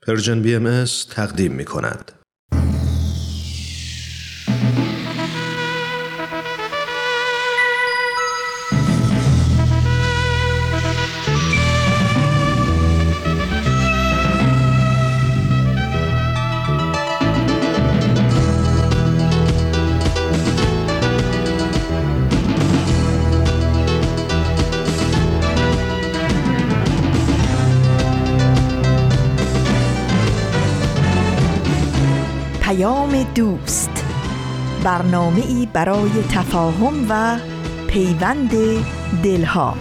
پرژن BMS تقدیم می کند. دوست، برنامه‌ای برای تفاهم و پیوند دلها.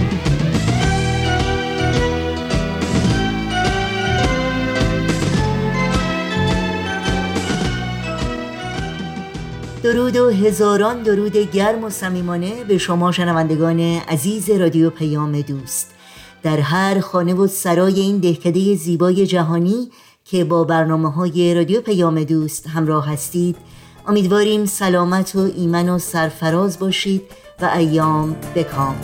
درود و هزاران درود گرم و صمیمانه به شما شنوندگان عزیز رادیو پیام دوست در هر خانه و سرای این دهکده زیبای جهانی که با برنامه‌های رادیو پیام دوست همراه هستید. امیدواریم سلامت و ایمن و سرفراز باشید و ایام بکام.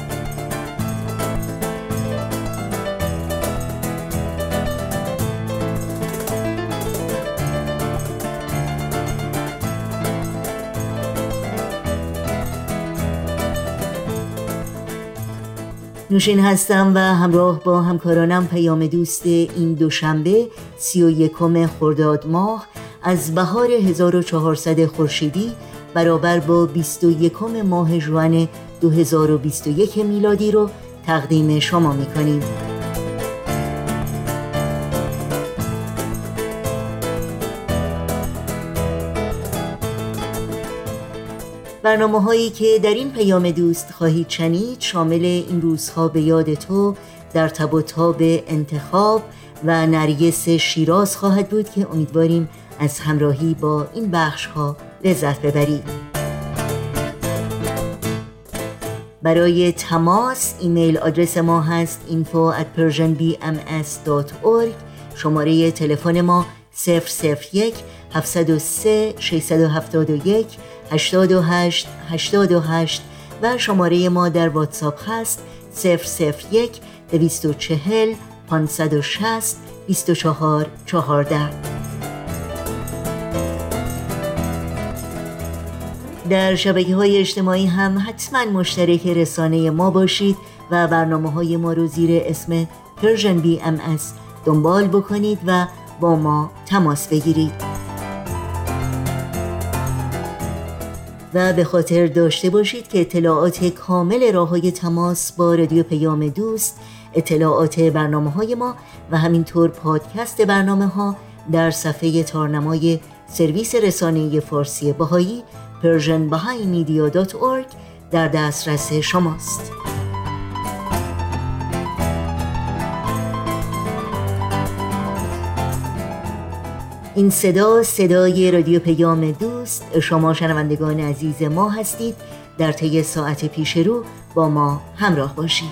نوشین هستم و همراه با همکارانم پیام دوست این دوشنبه 31 خرداد ماه از بهار 1400 خورشیدی برابر با 21 ماه ژوئن 2021 میلادی رو تقدیم شما می‌کنیم. برنامه‌هایی که در این پیام دوست خواهید شنید شامل این روزها به یاد تو، در تب و تاب انتخاب و نرگس شیراز خواهد بود که امیدواریم از همراهی با این بخش‌ها لذت ببرید. برای تماس ایمیل آدرس ما هست info@persianbms.org. شماره تلفن ما 001 703 671 88 88 و شماره ما در واتساپ هست 001 240 560 24 14. در شبکه‌های اجتماعی هم حتما مشترک رسانه ما باشید و برنامه‌های ما رو زیر اسم پرژن BMS دنبال بکنید و با ما تماس بگیرید. و به خاطر داشته باشید که اطلاعات کامل راه‌های تماس با رادیو پیام دوست، اطلاعات برنامه‌های ما و همینطور پادکست برنامه‌ها در صفحه تارنمای سرویس رسانه‌ای فارسی بهایی persianbahaimedia.org در دسترس شماست. این صدای رادیو پیام دوست. شما شنوندگان عزیز ما هستید. در طی ساعت پیش رو با ما همراه باشید.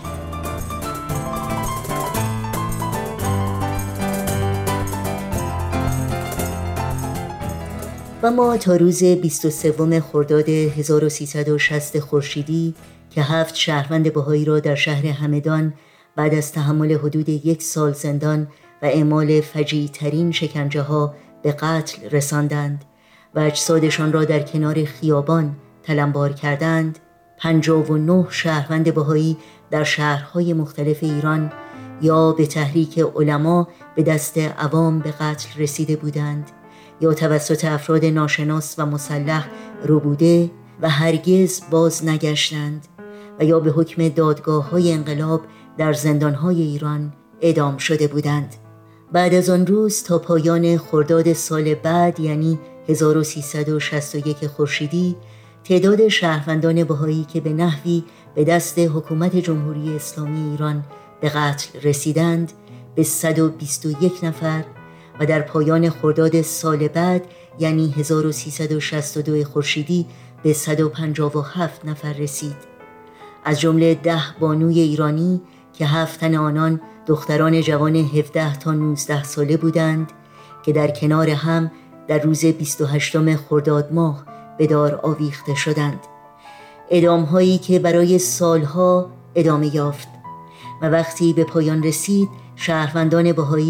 و ما تا روز 23 خرداد 1360 خورشیدی که 7 شهروند بهایی را در شهر همدان بعد از تحمل حدود 1 سال زندان و اعمال فجیع ترین شکنجه ها به قتل رساندند و اجسادشان را در کنار خیابان تلمبار کردند، 59 شهروند بهایی در شهرهای مختلف ایران یا به تحریک علما به دست عوام به قتل رسیده بودند یا توسط افراد ناشناس و مسلح ربوده و هرگز باز نگشتند و یا به حکم دادگاه‌های انقلاب در زندان‌های ایران اعدام شده بودند. بعد از آن روز تا پایان خرداد سال بعد یعنی 1361 خورشیدی تعداد شهروندان بهایی که به نحوی به دست حکومت جمهوری اسلامی ایران به قتل رسیدند به 121 نفر و در پایان خرداد سال بعد یعنی 1362 خورشیدی به 157 نفر رسید. از جمله 10 بانوی ایرانی که 7 تن آنان دختران جوان 17 تا 19 ساله بودند که در کنار هم در روز 28 خرداد ماه به دار آویخته شدند. اعدام‌هایی که برای سالها ادامه یافت و وقتی به پایان رسید شهروندان بهایی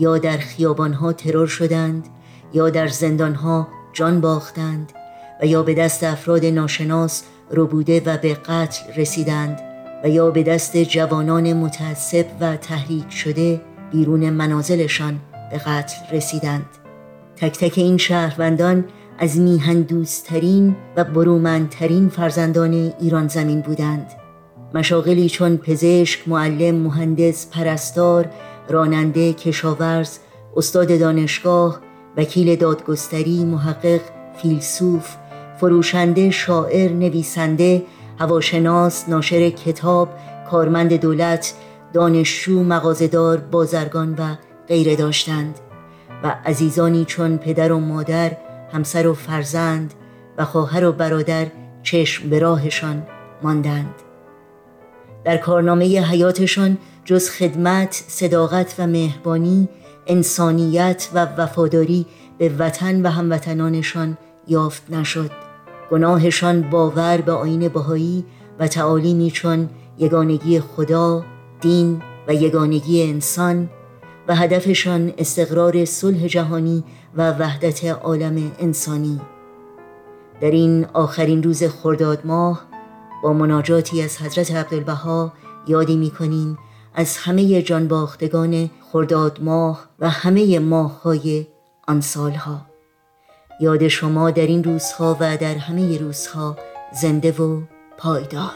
یا در خیابانها ترور شدند، یا در زندانها جان باختند و یا به دست افراد ناشناس ربوده و به قتل رسیدند و یا به دست جوانان متعصب و تحریک شده بیرون منازلشان به قتل رسیدند. تک تک این شهروندان از میهن دوست‌ترین و برومندترین فرزندان ایران زمین بودند. مشاغلی چون پزشک، معلم، مهندس، پرستار، راننده، کشاورز، استاد دانشگاه، وکیل دادگستری، محقق، فیلسوف، فروشنده، شاعر، نویسنده، هواشناس، ناشر کتاب، کارمند دولت، دانشجو، مغازه‌دار، بازرگان و غیره داشتند و عزیزانی چون پدر و مادر، همسر و فرزند و خواهر و برادر چشم به راهشان ماندند. در کارنامه حیاتشان جز خدمت، صداقت و مهربانی، انسانیت و وفاداری به وطن و هموطنانشان یافت نشد. گناهشان باور به آیین بهایی و تعالیمی چون یگانگی خدا، دین و یگانگی انسان و هدفشان استقرار صلح جهانی و وحدت عالم انسانی. در این آخرین روز خرداد ماه با مناجاتی از حضرت عبدالبها یادی می‌کنیم از همه جانباختگان خرداد ماه و همه ماه‌های آن سالها. یاد شما در این روزها و در همه روزها زنده و پایدار.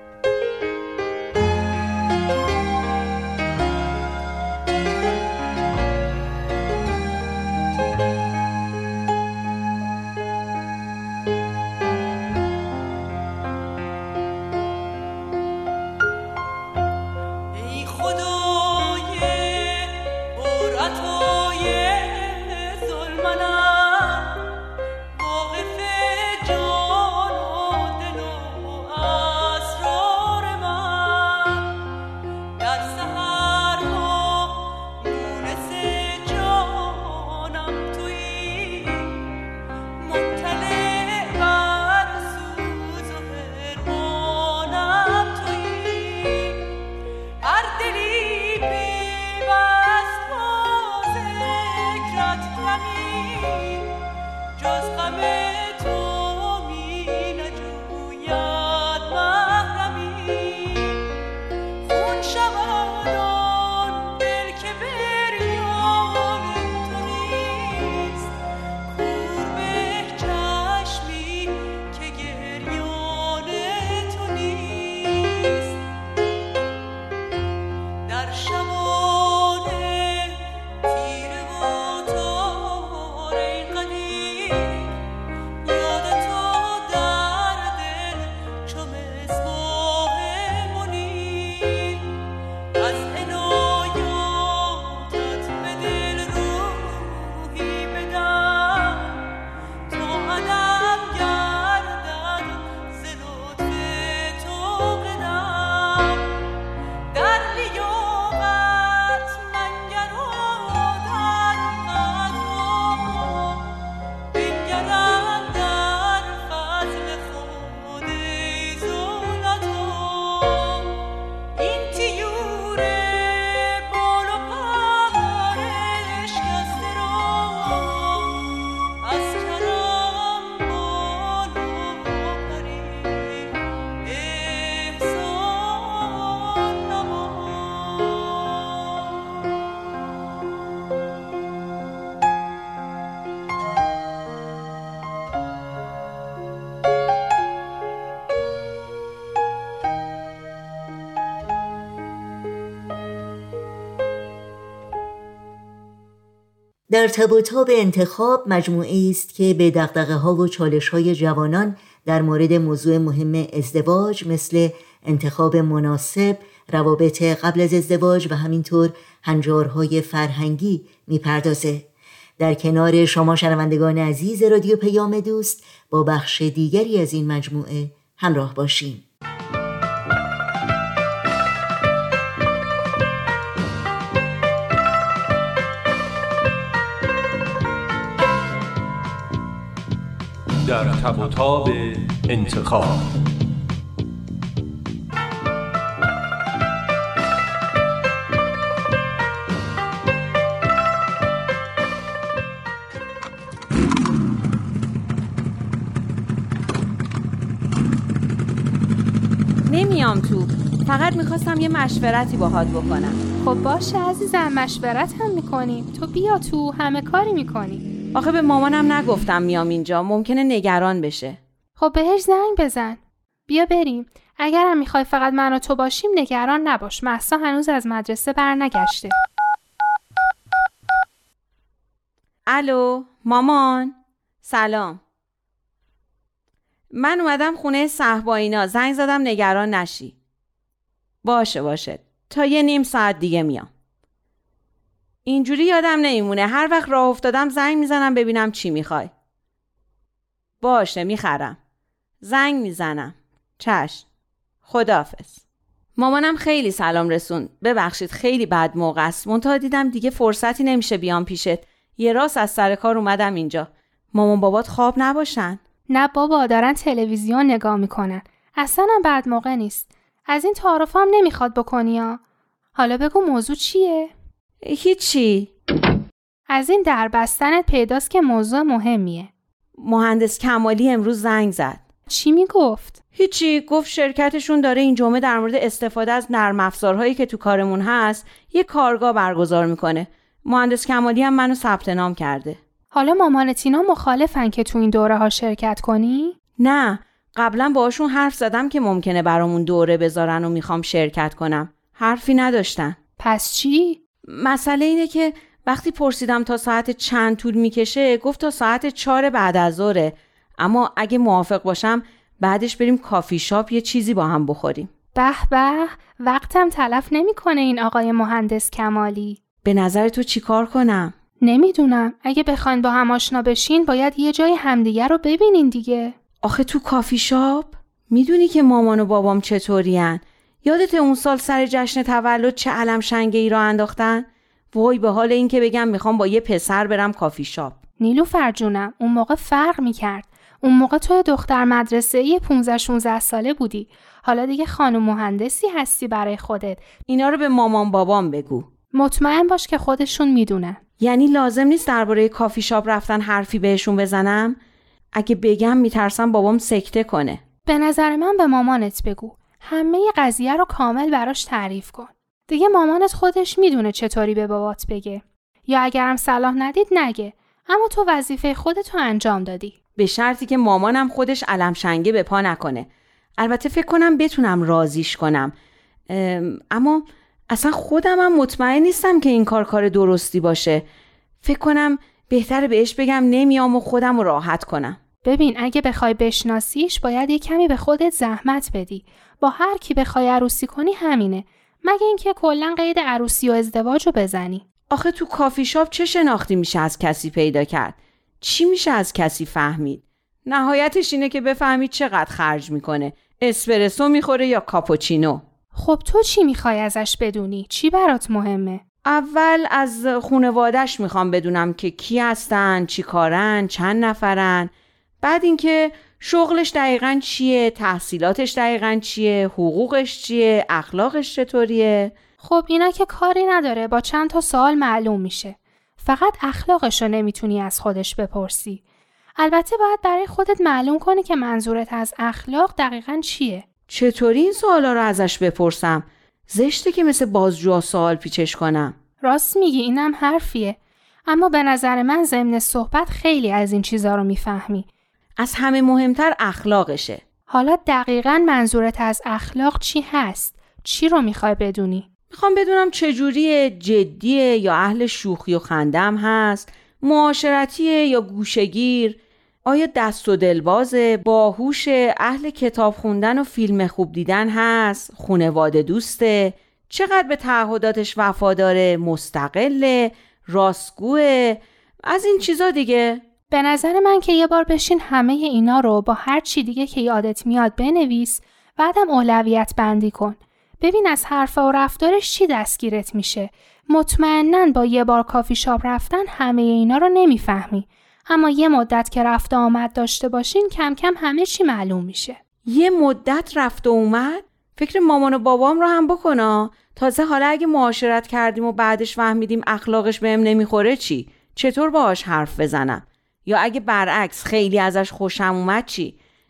در تب و تاب انتخاب مجموعه‌ای است که به دغدغه‌ها و چالش‌های جوانان در مورد موضوع مهم ازدواج مثل انتخاب مناسب، روابط قبل از ازدواج و همینطور هنجارهای فرهنگی میپردازه. در کنار شما شنوندگان عزیز رادیو پیام دوست با بخش دیگری از این مجموعه همراه باشیم. در تب و تاب انتخاب. نمیام تو. فقط میخواستم یه مشورتی باهات بکنم. خب باشه عزیزم، مشورت هم میکنیم. تو بیا تو، همه کاری میکنیم. آخه به مامانم نگفتم میام اینجا، ممکنه نگران بشه. خب بهش زنگ بزن. بیا بریم. اگرم میخوای فقط من و تو باشیم نگران نباش. مهسا هنوز از مدرسه برنگشته. الو مامان، سلام. من اومدم خونه صهبایینا، زنگ زدم نگران نشی. باشه تا یه نیم ساعت دیگه میام. اینجوری یادم نمیمونه، هر وقت راه افتادم زنگ میزنم ببینم چی میخوای. باشه میخرم. زنگ میزنم. چشم. خداحافظ. مامانم خیلی سلام رسون. ببخشید خیلی بد موقع است. منتها دیدم دیگه فرصتی نمیشه بیام پیشت. یه راست از سر کار اومدم اینجا. مامان بابات خواب نباشن؟ نه بابا، دارن تلویزیون نگاه میکنن. اصلا هم بد موقع نیست. از این تعارف هم نمیخواد بکنی ها. حالا بگو موضوع چیه؟ هیچی. از این در بستنت پیداست که موضوع مهمیه. مهندس کمالی امروز زنگ زد. چی میگفت؟ هیچی، گفت شرکتشون داره این جمعه در مورد استفاده از نرم افزارهایی که تو کارمون هست یه کارگاه برگزار میکنه. مهندس کمالی هم منو ثبت نام کرده. حالا مامان تینا مخالفن که تو این دوره ها شرکت کنی؟ نه، قبلا باهاشون حرف زدم که ممکنه برامون دوره بذارن و میخوام شرکت کنم. حرفی نداشتن. پس چی؟ مسئله اینه که وقتی پرسیدم تا ساعت چند طول میکشه، گفت تا ساعت 4 بعد از ظهره. اما اگه موافق باشم بعدش بریم کافی شاپ یه چیزی با هم بخوریم. به به، وقتم تلف نمیکنه این آقای مهندس کمالی. به نظر تو چی کار کنم؟ نمیدونم. اگه بخواین با هم آشنا بشین باید یه جای همدیگه رو ببینین دیگه. آخه تو کافی شاپ؟ میدونی که مامان و بابام چطورین؟ یادت اون سال سر جشن تولد چه علم شنگه ای را انداختن؟ وای به حال این که بگم میخوام با یه پسر برم کافی شاپ. نیلوفر جونم، اون موقع فرق میکرد. اون موقع تو دختر مدرسه‌ای 15-16 ساله بودی. حالا دیگه خانم مهندسی هستی برای خودت. اینا رو به مامان بابام بگو. مطمئن باش که خودشون میدونن. یعنی لازم نیست درباره کافی شاپ رفتن حرفی بهشون بزنم؟ اگه بگم میترسم بابام سکته کنه. به نظر من به مامانت بگو. همه قضیه رو کامل براش تعریف کن. دیگه مامانت خودش میدونه چطوری به بابات بگه. یا اگرم صلاح ندید نگه. اما تو وظیفه خودتو انجام دادی. به شرطی که مامانم خودش علم شنگه به پا نکنه. البته فکر کنم بتونم راضیش کنم. اما اصلا خودم هم مطمئن نیستم که این کار درستی باشه. فکر کنم بهتره بهش بگم نمیام و خودم رو راحت کنم. ببین اگه بخوای بشناسیش باید یه کمی به خودت زحمت بدی. با هر کی بخوای عروسی کنی همینه. مگه اینکه کلا قید عروسی و ازدواج رو بزنی. آخه تو کافی شاپ چه شناختی میشه از کسی پیدا کرد؟ چی میشه از کسی فهمید؟ نهایتش اینه که بفهمید چقدر خرج میکنه. اسپرسو میخوره یا کاپوچینو. خب تو چی میخوای ازش بدونی؟ چی برات مهمه؟ اول از خانواده‌اش میخوام بدونم که کی هستن، چی کارن، چند نفرن. بعد اینکه شغلش دقیقاً چیه، تحصیلاتش دقیقاً چیه، حقوقش چیه، اخلاقش چطوریه. خب اینا که کاری نداره، با چند تا سوال معلوم میشه. فقط اخلاقش رو نمیتونی از خودش بپرسی. البته باید برای خودت معلوم کنی که منظورت از اخلاق دقیقاً چیه. چطوری این سوالا رو ازش بپرسم؟ زشته که مثل بازجوها سوال پیچش کنم. راست میگی، اینم حرفیه. اما به نظر من ضمن صحبت خیلی از این چیزا رو میفهمی. از همه مهمتر اخلاقشه. حالا دقیقاً منظورت از اخلاق چی هست؟ چی رو میخوای بدونی؟ میخوام بدونم چجوریه، جدیه یا اهل شوخی و خندم هست، معاشرتیه یا گوشه‌گیر، آیا دست و دلبازه، باهوشه، اهل کتاب خوندن و فیلم خوب دیدن هست، خانواده دوسته، چقدر به تعهداتش وفاداره، مستقله، راستگوه، از این چیزا دیگه. به نظر من که یه بار بشین همه اینا رو با هر چی دیگه که یادت میاد بنویس، بعدم اولویت بندی کن. ببین از حرف و رفتارش چی دستگیرت میشه. مطمئناً با یه بار کافی شاپ رفتن همه اینا رو نمیفهمی. اما یه مدت که رفت و آمد داشته باشین کم کم همه چی معلوم میشه. یه مدت رفت و اومد؟ فکر مامان و بابام رو هم بکنا. تازه حالا اگه معاشرت کردیم و بعدش فهمیدیم اخلاقش بهم نمیخوره چی؟ چطور باهاش حرف بزنم؟ یا اگه برعکس خیلی ازش خوشم اومد چی؟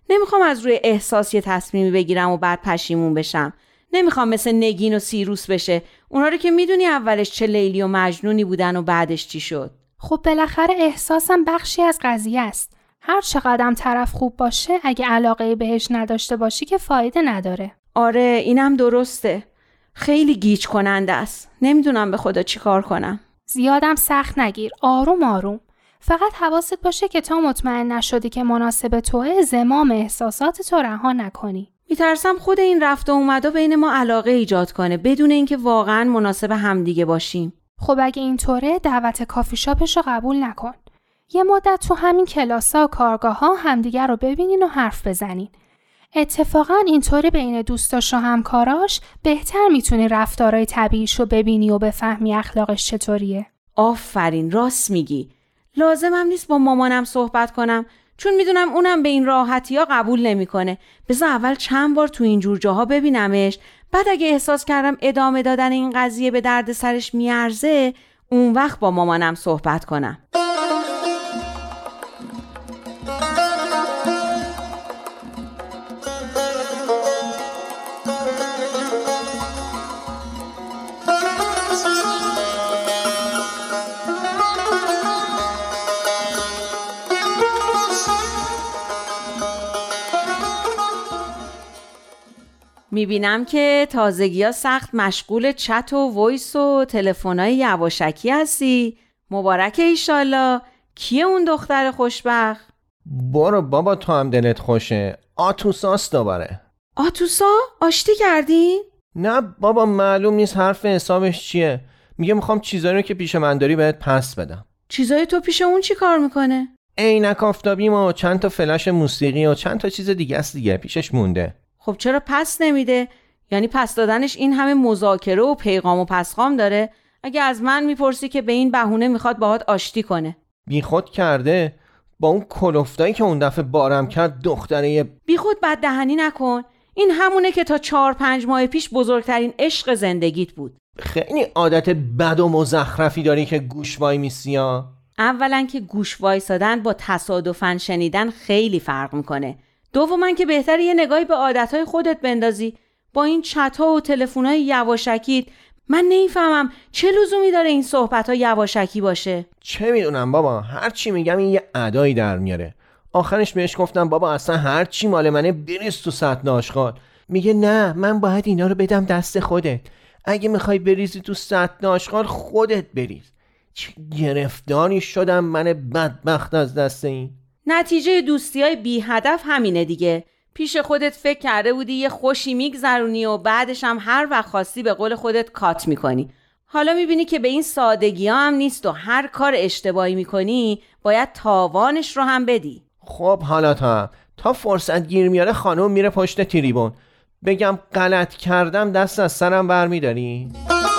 نمیخوام از روی احساس یه تصمیمی بگیرم و بعد پشیمون بشم. نمیخوام مثل نگین و سیروس بشه. اونا رو که میدونی اولش چه لیلی و مجنونی بودن و بعدش چی شد. خب بالاخره احساسم بخشی از قضیه است. هر چقدرم طرف خوب باشه اگه علاقه بهش نداشته باشی که فایده نداره. آره اینم درسته. خیلی گیج کننده است. نمیدونم به خدا چی کار کنم. زیادم سخت نگیر. آروم آروم. فقط حواست باشه که تا مطمئن نشدی که مناسب توه زمام احساسات تو رها نکنی. میترسم خود این رفت و اومدا بین ما علاقه ایجاد کنه بدون اینکه واقعا مناسب همدیگه باشیم. خب اگه اینطوره دعوت کافی شاپش رو قبول نکن. یه مدت تو همین کلاس‌ها و کارگاه‌ها همدیگه رو ببینین و حرف بزنین. اتفاقاً اینطوری بین دوستاش و همکاراش بهتر میتونی رفتارهای طبیعیش رو ببینی و بفهمی اخلاقش چطوریه. آفرین، راست میگی. لازمم نیست با مامانم صحبت کنم چون میدونم اونم به این راحتی‌ها قبول نمیکنه. بذار اول چند بار تو این جور جاها ببینمش، بعد اگه احساس کردم ادامه دادن این قضیه به درد سرش میارزه اون وقت با مامانم صحبت کنم. میبینم که تازگی‌ها سخت مشغول چت و وایس و تلفن‌های یواشکی هستی. مبارکه ایشالله. کیه اون دختر خوشبخت؟ برو بابا تو هم دلت خوشه. آتوساست دوباره. آتوسا؟ آشتی کردی؟ نه بابا معلوم نیست حرف حسابش چیه. میگه میخوام چیزایی رو که پیش من داری بهت پس بدم. چیزای تو پیش اون چی کار میکنه؟ عینک آفتابیم و چند تا فلش موسیقی و چند تا چیز دیگه است دیگه پیشش مونده. خب چرا پس نمیده؟ یعنی پس دادنش این همه مذاکره و پیغام و پسخام داره؟ اگه از من میپرسی که به این بهونه میخواد باهات آشتی کنه. بیخود کرده. با اون کلفتایی که اون دفعه بارم کرد دختره. بیخود بد دهنی نکن. این همونه که تا 4-5 ماه پیش بزرگترین عشق زندگیت بود. خیلی عادت بد و مزخرفی داری که گوش وای میسی ها. اولا که گوش وایسادن با تصادفاً شنیدن خیلی فرق میکنه. دوما که بهتره یه نگاهی به عادتهای خودت بندازی. با این چت‌ها و تلفن‌های یواشکیت من نمیفهمم چه لزومی داره این صحبت‌ها یواشکی باشه. چه میدونم بابا، هر چی میگم این یه ادایی در میاره. آخرش بهش گفتم بابا اصلا هر چی مال منه بریز تو سطل آشغال. میگه نه من باید اینا رو بدم دست خودت. اگه میخوای بریزی تو سطل آشغال خودت بریز. چه گرفتاری شدم من بدبخت از دست این. نتیجه دوستی‌های بی هدف همینه دیگه. پیش خودت فکر کرده بودی یه خوشی میگذرونی و بعدش هم هر وقت خواستی به قول خودت کات میکنی. حالا میبینی که به این سادگی ها هم نیست و هر کار اشتباهی میکنی باید تاوانش رو هم بدی. خب حالا تا فرصت گیر میاره خانم میره پشت تریبون. بگم غلط کردم دست از سرم برمیداری؟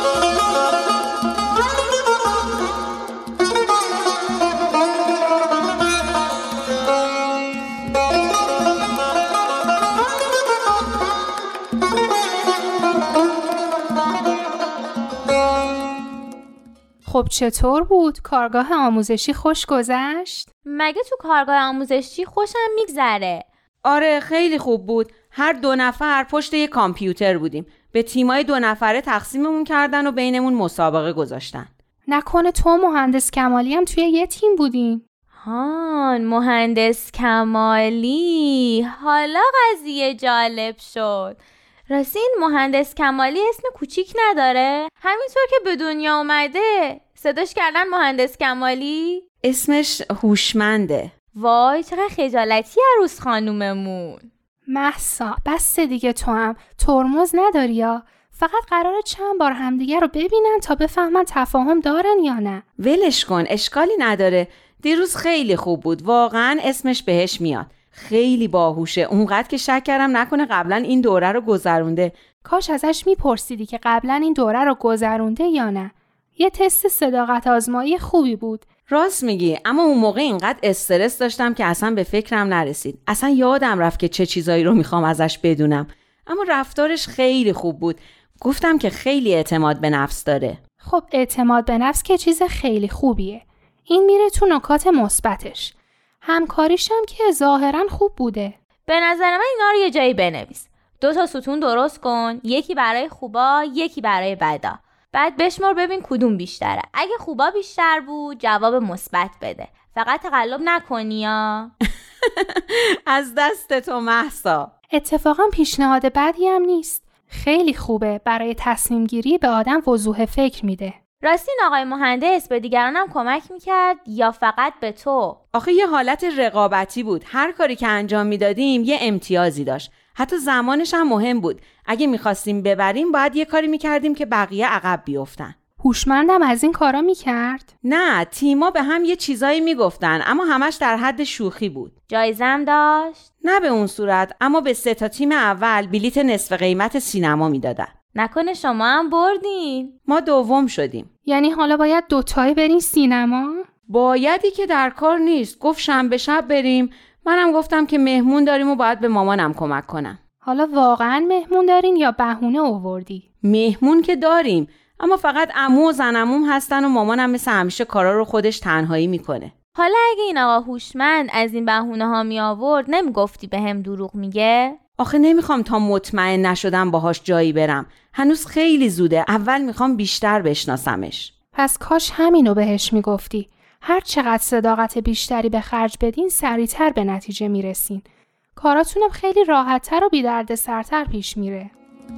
خب چطور بود؟ کارگاه آموزشی خوش گذشت؟ مگه تو کارگاه آموزشی خوشم میگذره؟ آره خیلی خوب بود. هر 2 نفر پشت یک کامپیوتر بودیم. به تیمای 2 نفره تقسیممون کردن و بینمون مسابقه گذاشتن. نکنه تو مهندس کمالی هم توی یه تیم بودین؟ هان مهندس کمالی، حالا قضیه جالب شد. راستی این مهندس کمالی اسم کوچیک نداره؟ همینطور که به دنیا اومده صداش کردن مهندس کمالی؟ اسمش هوشمنده. وای چقدر خجالتی عروس خانوممون. مهسا بس دیگه، تو هم ترمز نداری یا؟ فقط قراره چند بار همدیگه رو ببینن تا بفهمن تفاهم دارن یا نه. ولش کن، اشکالی نداره. دیروز خیلی خوب بود، واقعا اسمش بهش میاد. خیلی باهوشه، اونقدر که شک کردم نکنه قبلا این دوره رو گذرونده. کاش ازش میپرسیدی که قبلا این دوره رو گذرونده یا نه. یه تست صداقت آزمایی خوبی بود. راست میگی، اما اون موقع اینقدر استرس داشتم که اصلا به فکرم نرسید. اصلا یادم رفت که چه چیزایی رو میخوام ازش بدونم. اما رفتارش خیلی خوب بود. گفتم که خیلی اعتماد به نفس داره. خب اعتماد به نفس که چیز خیلی خوبیه. این میره تو نکات مثبتش. همکاریش هم که ظاهرا خوب بوده. به نظر من اینا رو یه جایی بنویس. 2 ستون درست کن، یکی برای خوبا، یکی برای بدا. بعد بشمار ببین کدوم بیشتره. اگه خوبا بیشتر بود جواب مثبت بده. فقط تقلب نکنی یا از دست تو مهسا. اتفاقا پیشنهاد بدی هم نیست. خیلی خوبه، برای تصمیم گیری به آدم وضوح فکر میده. راستین آقای مهندس به دیگرانم کمک میکرد یا فقط به تو؟ آخه یه حالت رقابتی بود. هر کاری که انجام میدادیم یه امتیازی داشت. حتی زمانش هم مهم بود. اگه میخواستیم ببریم باید یه کاری میکردیم که بقیه عقب بیفتن. هوشمندم از این کارا میکرد؟ نه، تیما به هم یه چیزایی میگفتن اما همش در حد شوخی بود. جایزم داشت؟ نه به اون صورت، اما به 3 تا تیم اول بلیت نصف قیمت سینما میدادن. نکنه شما هم بردین؟ ما دوم شدیم. یعنی حالا باید 2 تایی برین سینما؟ بایدی که در کار نیست. گفت شنبه شب بریم. منم گفتم که مهمون داریم و باید به مامانم کمک کنم. حالا واقعا مهمون دارین یا بهونه آوردی؟ مهمون که داریم، اما فقط عمو و زنموم هستن و مامانم مثل همیشه کارا رو خودش تنهایی میکنه. حالا اگه این آقا هوشمند از این بهونه ها می آورد نمیگفتی به هم دروغ میگه؟ آخه نمیخوام تا مطمئن نشدم باهاش جایی برم. هنوز خیلی زوده. اول میخوام بیشتر بشناسمش. پس کاش همینو بهش میگفتی. هر چقدر صداقت بیشتری به خرج بدین سریعتر به نتیجه میرسین. کاراتونم خیلی راحت‌تر و بی دردسرتر پیش میره.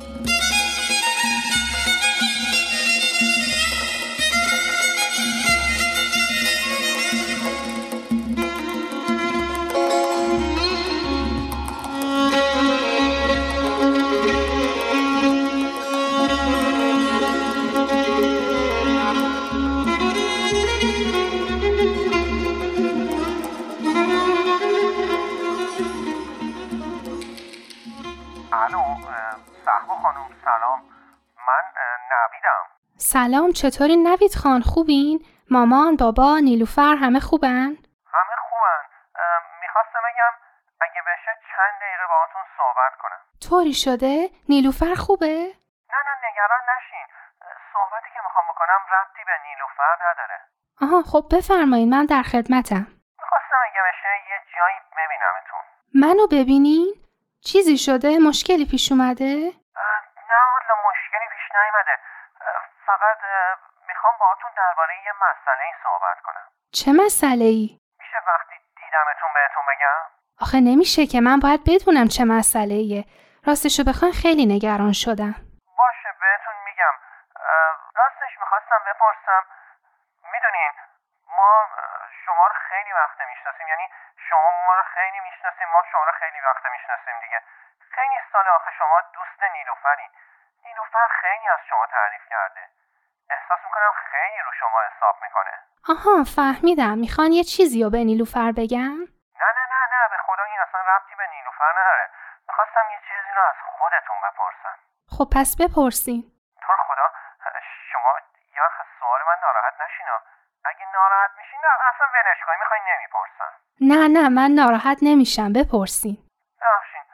سلام، چطورین نوید خان؟ خوبین؟ مامان، بابا، نیلوفر همه خوبن؟ همه خوبن. میخواستم بگم اگه بشه چند دقیقه باهاتون صحبت کنم. طوری شده؟ نیلوفر خوبه؟ نه نگران نشین. صحبتی که میخوام بکنم ربطی به نیلوفر نداره. آها خب بفرمایین، من در خدمتم. میخواستم اگه بشه یه جایی ببینمتون. منو ببینین؟ چیزی شده؟ مشکلی پیش اومده؟ نه والا مشکلی پیش نیومده. فقط میخوام باهاتون درباره یه مسئله‌ای صحبت کنم. چه مسئله‌ای؟ میشه وقتی دیدمتون بهتون بگم؟ آخه نمیشه که، من باید بدونم چه مسئله‌ایه. راستشو بخواین خیلی نگران شدم. باشه بهتون میگم. راستش میخواستم بپرسم، میدونین ما شما رو خیلی وقت میشناسیم، یعنی شما ما رو خیلی میشناسیم، ما شما رو خیلی وقت میشناسیم دیگه. خیلی سال آخه شما دوست نیلوفرین. نیلوفر خیلی از شما تعریف کرده. احساس میکنم خیلی رو شما حساب میکنه. آها فهمیدم، میخوان یه چیزی رو به نیلوفر بگم؟ نه به خدا این اصلا ربطی به نیلوفر نداره. میخواستم یه چیزی رو از خودتون بپرسم. خب پس بپرسین. تو رو خدا شما یا از سوال من ناراحت نشینا. اگه ناراحت میشین اصلا ولش کنین، میخواین نمیپرسم. نه من ناراحت نمیشم، بپرسین. ببخشین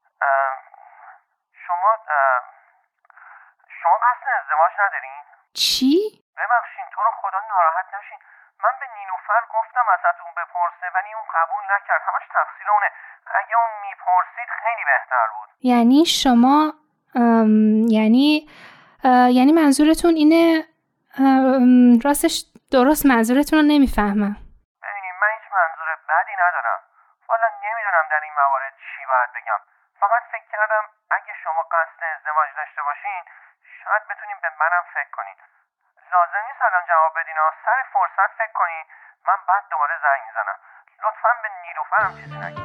شما قصد ازدواج ندارین؟ چی؟ ببخشین تو رو خدا ناراحت نشین. من به نیلوفر گفتم ازتون بپرسه ولی اون قبول نکرد. همش تقصیر اونه. اگه اون میپرسید خیلی بهتر بود. یعنی شما یعنی منظورتون اینه؟ راستش درست منظورتون رو نمیفهمم. ببینیم من هیچ منظور بدی ندارم. والا نمیدونم در این موارد چی باید بگم. فقط فکر کردم اگه شما قصد ازدواج داشته باشین شاید بتونین به منم فکر کنین. لازم نیست الان جواب بدین ها. سر فرصت فکر کنین. من بعد دوباره زنگ میزنم. لطفاً به نیلوفرم چیزی نگید.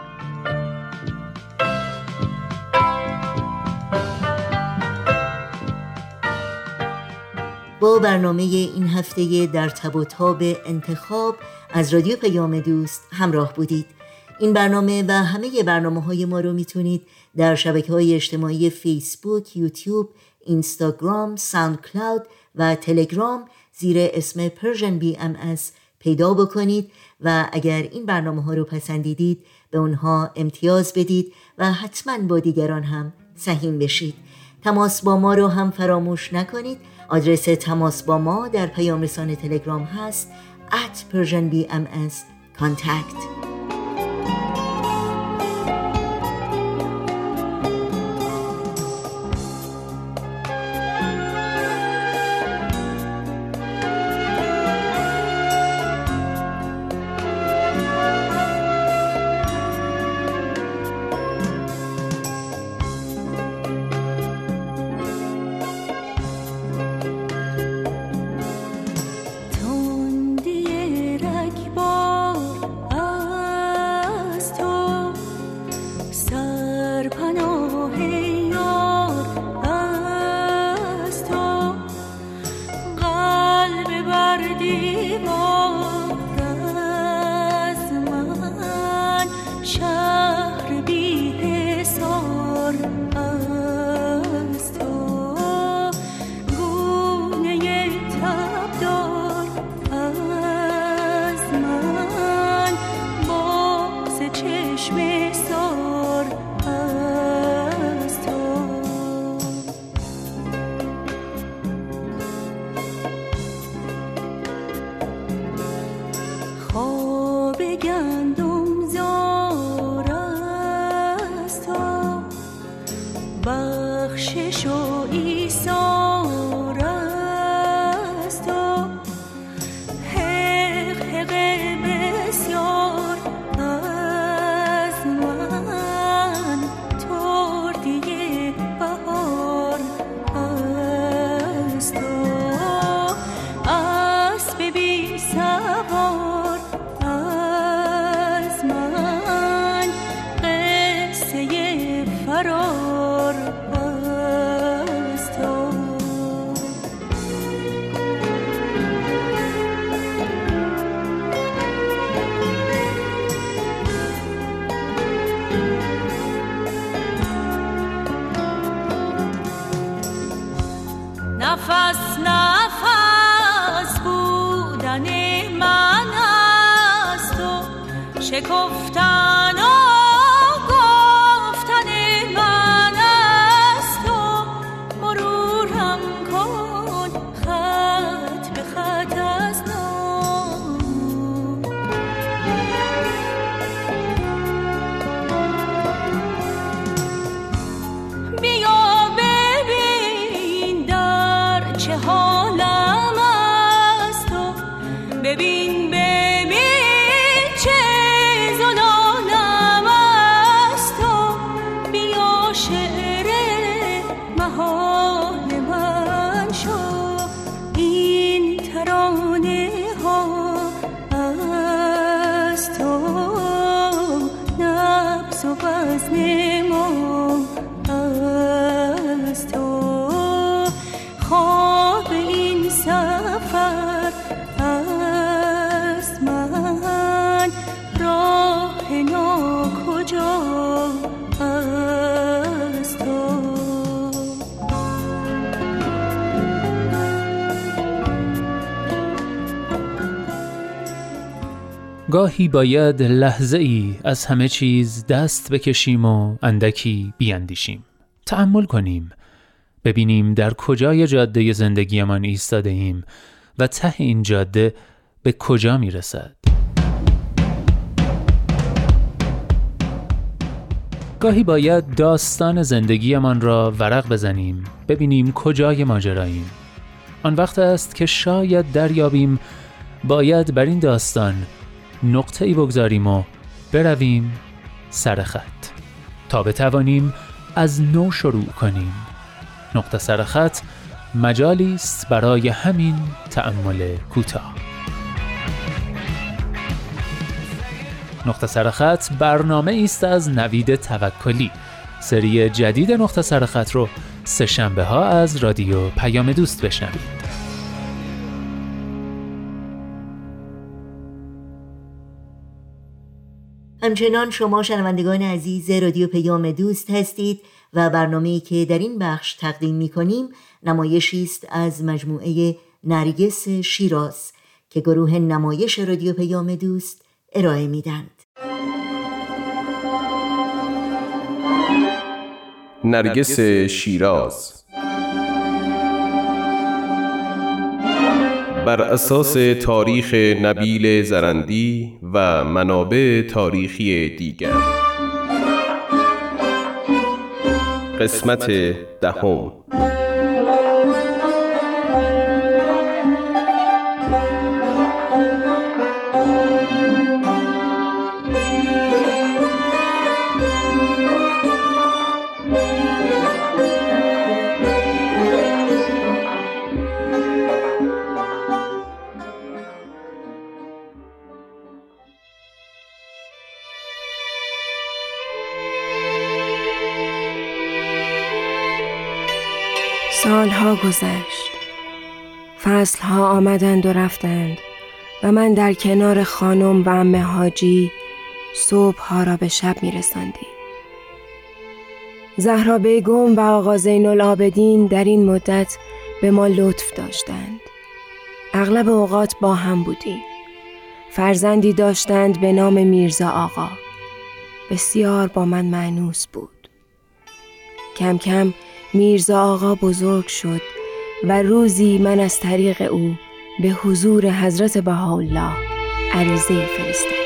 با برنامه این هفته در تب و تاب انتخاب از رادیو پیام دوست همراه بودید. این برنامه و همه برنامه‌های ما رو میتونید در شبکه‌های اجتماعی فیسبوک، یوتیوب، اینستاگرام، ساوندکلاود و تلگرام زیر اسم Persian BMS پیدا بکنید و اگر این برنامه‌ها رو پسندیدید به اونها امتیاز بدید و حتما با دیگران هم سهیم بشید. تماس با ما رو هم فراموش نکنید. آدرس تماس با ما در پیام رسان تلگرام هست @PersianBMS contact. گندم زار است و بخشش و ایثار است و حق بسیار از من تردی بهار است و اسب بی سوار از من قصه فرار است و نفس نفس بودن من است و شکفتن و گفتن من است و مرورم کن خط به خط از نو بیا ببین در چه حالم است و ببین چه زلالم است و بیا شعر محال من شو این ترانه ها از تو نبض و وزن ما از تو خواب این سفر از من راه ناکجا از تو گاهی باید لحظه ای از همه چیز دست بکشیم و اندکی بیاندیشیم. تأمل کنیم، ببینیم در کجای جاده زندگیمان ایستاده ایم و ته این جاده به کجا می رسد. گاهی باید داستان زندگیمان را ورق بزنیم، ببینیم کجای ماجراییم. آن وقت است که شاید دریابیم باید بر این داستان نقطه‌ای بگذاریم و برویم سر خط تا بتوانیم از نو شروع کنیم. نقطه سر خط مجالی است برای همین تأمل کوتاه. نقطه سر خط برنامه است از نوید توکلی. سری جدید نقطه سر خط رو سه شنبه ها از رادیو پیام دوست بشنوید. همچنان شما شنوندگان عزیز رادیو پیام دوست هستید و برنامه‌ای که در این بخش تقدیم می‌کنیم نمایشی است از مجموعه نرگس شیراز که گروه نمایش رادیو پیام دوست ارائه میدند. نرگس شیراز بر اساس تاریخ نبیل زرندی و منابع تاریخی دیگر. قسمت 10. سالها گذشت، فصلها آمدند و رفتند و من در کنار خانم و عمه حاجی صبحها را به شب می رساندیم. زهرا بیگم و آقا زین العابدین در این مدت به ما لطف داشتند. اغلب اوقات با هم بودیم. فرزندی داشتند به نام میرزا آقا. بسیار با من مانوس بود. کم کم میرزا آقا بزرگ شد و روزی من از طریق او به حضور حضرت بهاءالله عریضه‌ای فرستادم.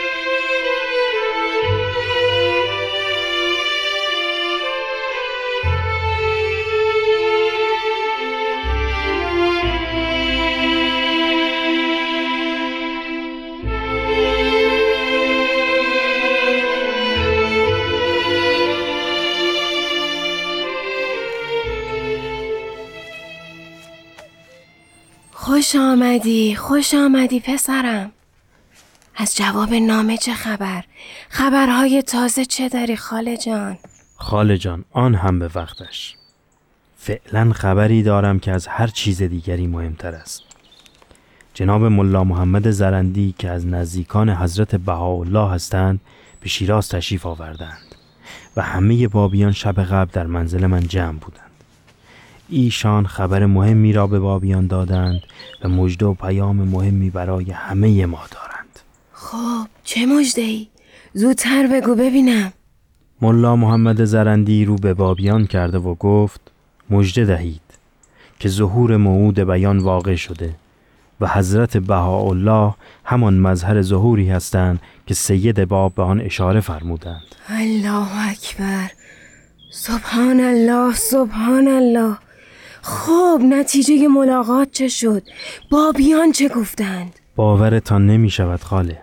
خوش آمدی پسرم. از جواب نامه چه خبر؟ خبرهای تازه چه داری خاله جان؟ خاله جان، آن هم به وقتش. فعلا خبری دارم که از هر چیز دیگری مهمتر است. جناب ملا محمد زرندی که از نزدیکان حضرت بهاءالله هستند به شیراز تشریف آوردند و همه بابیان شب قبل در منزل من جمع بودند. ایشان خبر مهمی را به بابیان دادند و مژده و پیام مهمی برای همه ما دارند. خب چه مژده‌ای؟ زودتر بگو ببینم. ملا محمد زرندی رو به بابیان کرده و گفت مژده دهید که ظهور موعود بیان واقع شده و حضرت بهاءالله همان مظهر ظهوری هستند که سید باب به آن اشاره فرمودند. الله اکبر، سبحان الله سبحان الله. خب نتیجه ملاقات چه شد؟ بابیان چه گفتند؟ باورتان نمی شود خاله.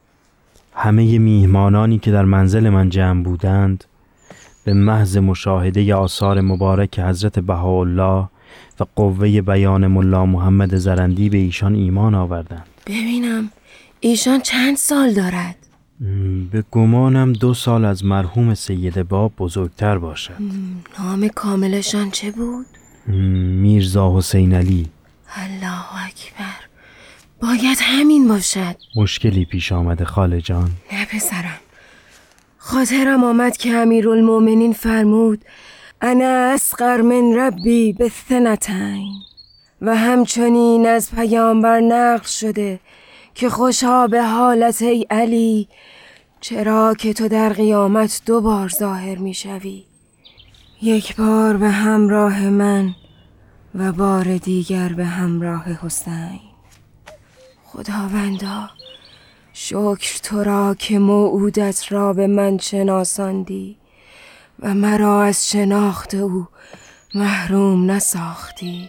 همه میهمانانی که در منزل من جمع بودند به محض مشاهده آثار مبارک حضرت بهاءالله و قوه بیان ملا محمد زرندی به ایشان ایمان آوردند. ببینم ایشان چند سال دارد؟ به گمانم 2 سال از مرحوم سید باب بزرگتر باشد. نام کاملشان چه بود؟ میرزا حسین علی. الله اکبر، باید همین باشد. مشکلی پیش آمده خاله جان؟ نه پسرم، خاطرم آمد که امیرالمومنین فرمود انا اصغر من ربی بثنتین و همچنین از پیامبر نقل شده که خوشا به حالت ای علی، چرا که تو در قیامت 2 بار ظاهر می شوی، 1 بار به همراه من و بار دیگر به همراه حسین. خداوندا شکر تو را که موعودت را به من شناساندی و مرا از شناخت او محروم نساختی.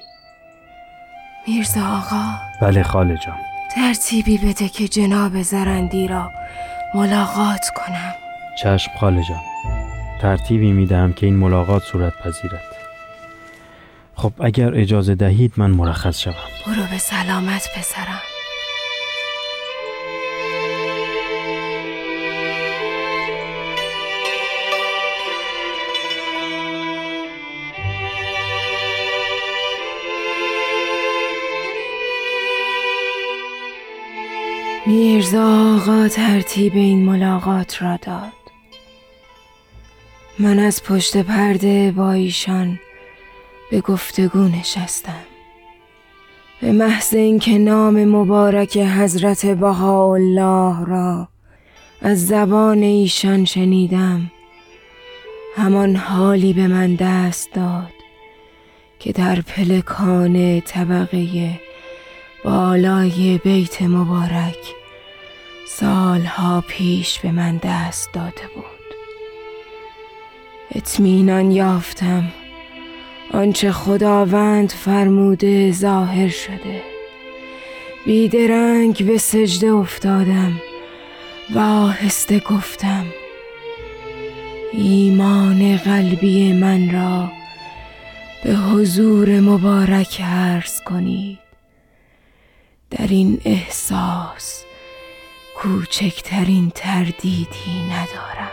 میرزا آقا. بله خاله جان. ترتیبی بده که جناب زرندی را ملاقات کنم. چشم خاله جان، ترتیبی میدهم که این ملاقات صورت پذیرد. خب اگر اجازه دهید من مرخص شوم. برو به سلامت پسرم. میرزا آقا ترتیب این ملاقات را داد. من از پشت پرده با ایشان به گفتگو نشستم. به محض اینکه نام مبارک حضرت بهاءالله را از زبان ایشان شنیدم، همان حالی به من دست داد که در پلکان طبقه بالای بیت مبارک سالها پیش به من دست داده بود. اطمینان یافتم آنچه خداوند فرموده ظاهر شده. بیدرنگ به سجده افتادم و آهسته گفتم ایمان قلبی من را به حضور مبارک عرض کنید. در این احساس کوچکترین تردیدی ندارم.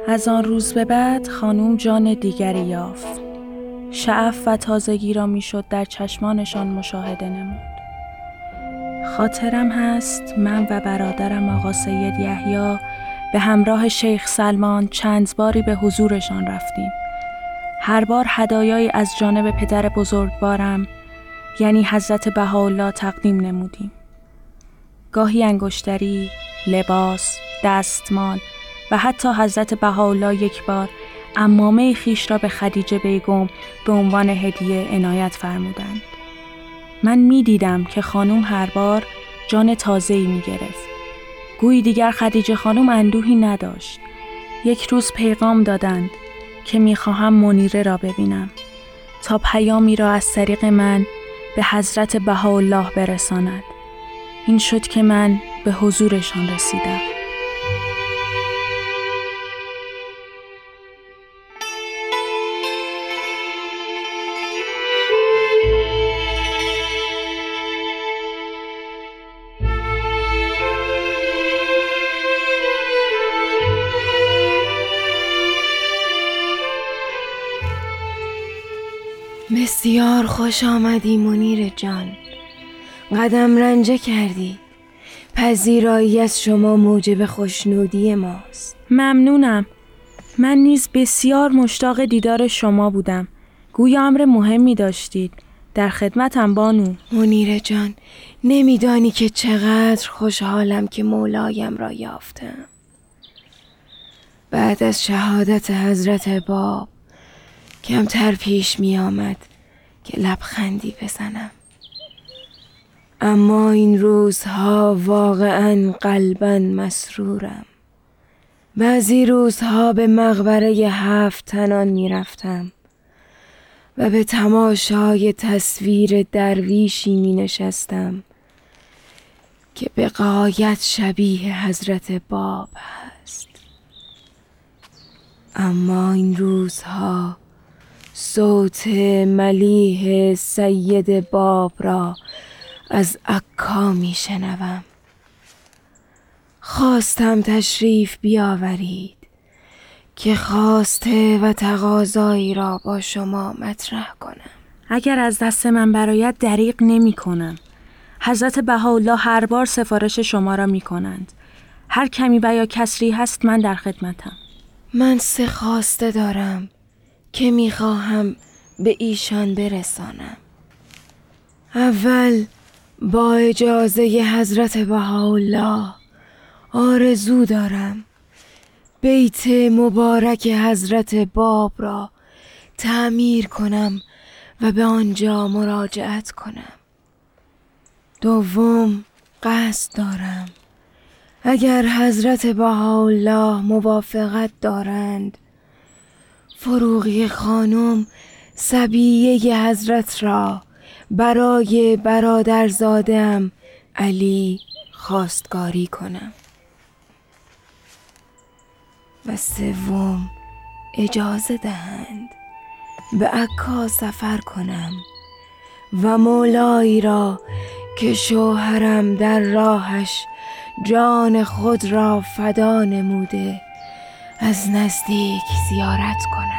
از آن روز به بعد خانوم جان دیگری یافت. شعف و تازگی را میشد در چشمانشان مشاهده نمود. خاطرم هست من و برادرم آقا سید یحیی به همراه شیخ سلمان چند باری به حضورشان رفتیم. هر بار هدایایی از جانب پدر بزرگوارم یعنی حضرت بهاءالله تقدیم نمودیم. گاهی انگشتری، لباس، دستمال و حتی حضرت بهاءالله یک بار عمامه خیش را به خدیجه بیگم به عنوان هدیه عنایت فرمودند. من می دیدم که خانوم هر بار جان تازه‌ای می گرفت. گویی دیگر خدیجه خانوم اندوهی نداشت. یک روز پیغام دادند که می خواهم منیره را ببینم تا پیامی را از طریق من به حضرت بهاءالله برساند. این شد که من به حضورشان رسیدم. بسیار خوش آمدی منیر جان. قدم رنجه کردی. پذیرایی از شما موجب خوشنودی ماست. ممنونم. من نیز بسیار مشتاق دیدار شما بودم. گویا امر مهمی داشتید. در خدمتم بانو. منیر جان، نمیدانی که چقدر خوشحالم که مولایم را یافتم. بعد از شهادت حضرت باب کمتر پیش می آمد که لبخندی بزنم. اما این روزها واقعاً قلباً مسرورم. بعضی روزها به مقبره 7 تنان می رفتم و به تماشای تصویر درویشی می نشستم که به غایت شبیه حضرت باب هست. اما این روزها صوت ملیح سید باب را از عکا می شنوم. خواستم تشریف بیاورید که خواسته و تقاضایی را با شما مطرح کنم. اگر از دست من برایت دریغ نمی کنم. حضرت بهاءالله هر بار سفارش شما را می کنند. هر کمی و یا کسری هست من در خدمتم. من 3 خواسته دارم که می خواهم به ایشان برسانم. اول با اجازه حضرت بهاءالله آرزو دارم بیت مبارک حضرت باب را تعمیر کنم و به آنجا مراجعت کنم. دوم قصد دارم اگر حضرت بهاءالله موافقت دارند فروغی خانم صبیه حضرت را برای برادرزاده‌ام علی خواستگاری کنم. و سوم اجازه دهند به عکا سفر کنم و مولایی را که شوهرم در راهش جان خود را فدا نموده از نزدیک زیارت کنم.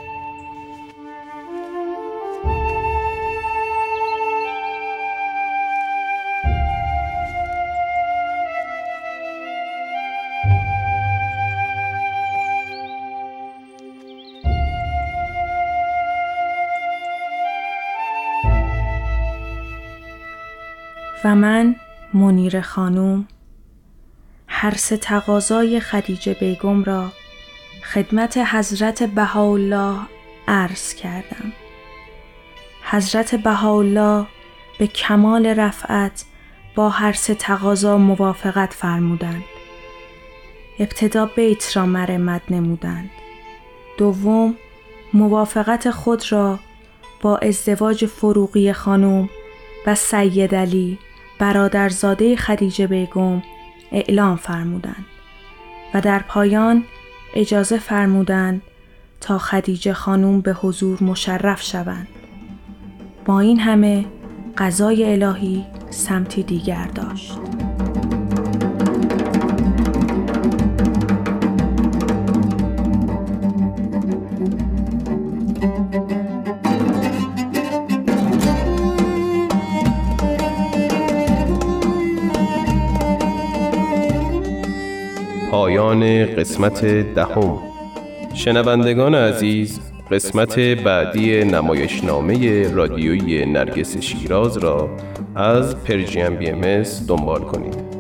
و من منیر خانوم هر 3 تقاضای خدیجه بیگم را خدمت حضرت بهاءالله عرض کردم. حضرت بهاءالله به کمال رفعت با هر 3 تقاضا موافقت فرمودند. ابتدا بیت را مرمت نمودند. دوم موافقت خود را با ازدواج فروغی خانوم و سید علی برادرزاده خدیجه بیگم اعلام فرمودند و در پایان اجازه فرمودند تا خدیجه خانوم به حضور مشرف شوند. با این همه قضای الهی سمتی دیگر داشت. پایان قسمت 10. شنوندگان عزیز، قسمت بعدی نمایشنامه رادیویی نرگس شیراز را از پرژین BMS دنبال کنید.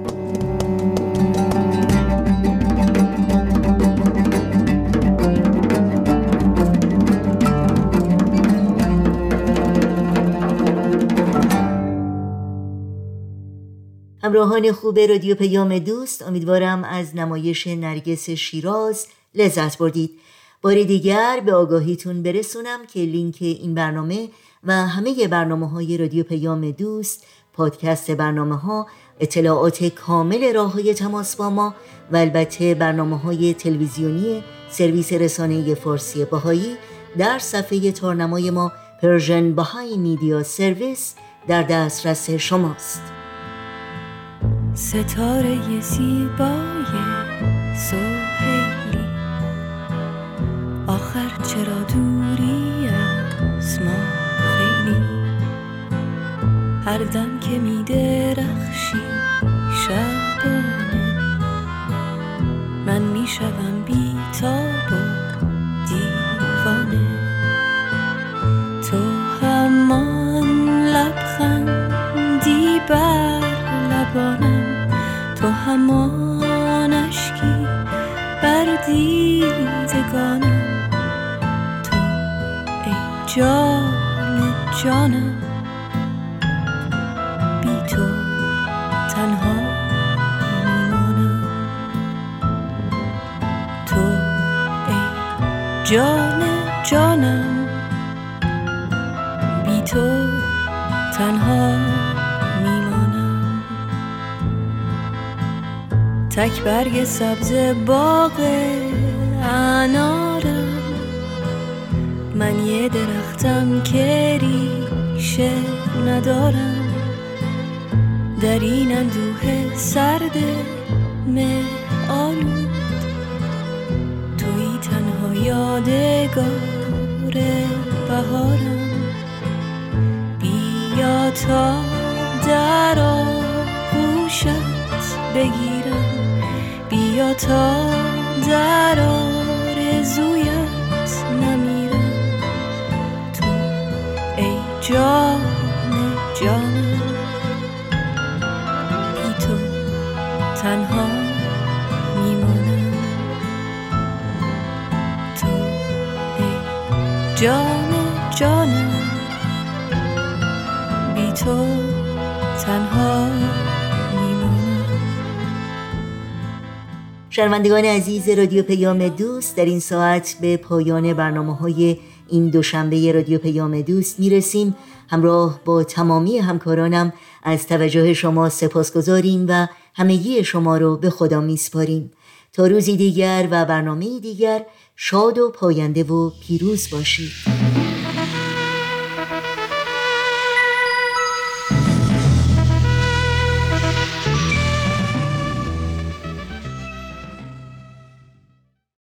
همراهان خوب رادیو پیام دوست، امیدوارم از نمایش نرگس شیراز لذت بردید. بار دیگر به آگاهیتون برسونم که لینک این برنامه و همه برنامه‌های رادیو پیام دوست، پادکست برنامه‌ها، اطلاعات کامل راه‌های تماس با ما و البته برنامه‌های تلویزیونی سرویس رسانه فارسی بهایی در صفحه تارنمای ما پرژن بهایی میدیا سرویس در دسترس شماست. ستاره زیبای سهیلی، آخر چرا دوری از ما خیلی؟ هر دم که می درخشی شبانه، من می شدم بی تاب و دیوانه. تو همان لبخندی بر لبانم، تو همان اشکی بر دیدگانم، تو ای جان جانم، بی تو تنها میمانم. تو ای جان جانم، بی تو تنها میمانم. تک برگ سبز باغ انارم، من یه درختم که ریشه ندارم. در این اندوه سرد مه آلود، تویی تنها یادگار بهارم. بیا تا در آغوشت بگیرم، بیا تا در آرزویت نمیرم. تو ای جان جانم، بی تو تنها میمانم. تو ای جان جانم، بی تو تنها. شنوندگان عزیز رادیو پیام دوست، در این ساعت به پایان برنامه‌های این دوشنبه رادیو پیام دوست میرسیم. همراه با تمامی همکارانم از توجه شما سپاسگزاریم و همگی شما رو به خدا میسپاریم. تا روزی دیگر و برنامه‌ای دیگر، شاد و پاینده و پیروز باشید.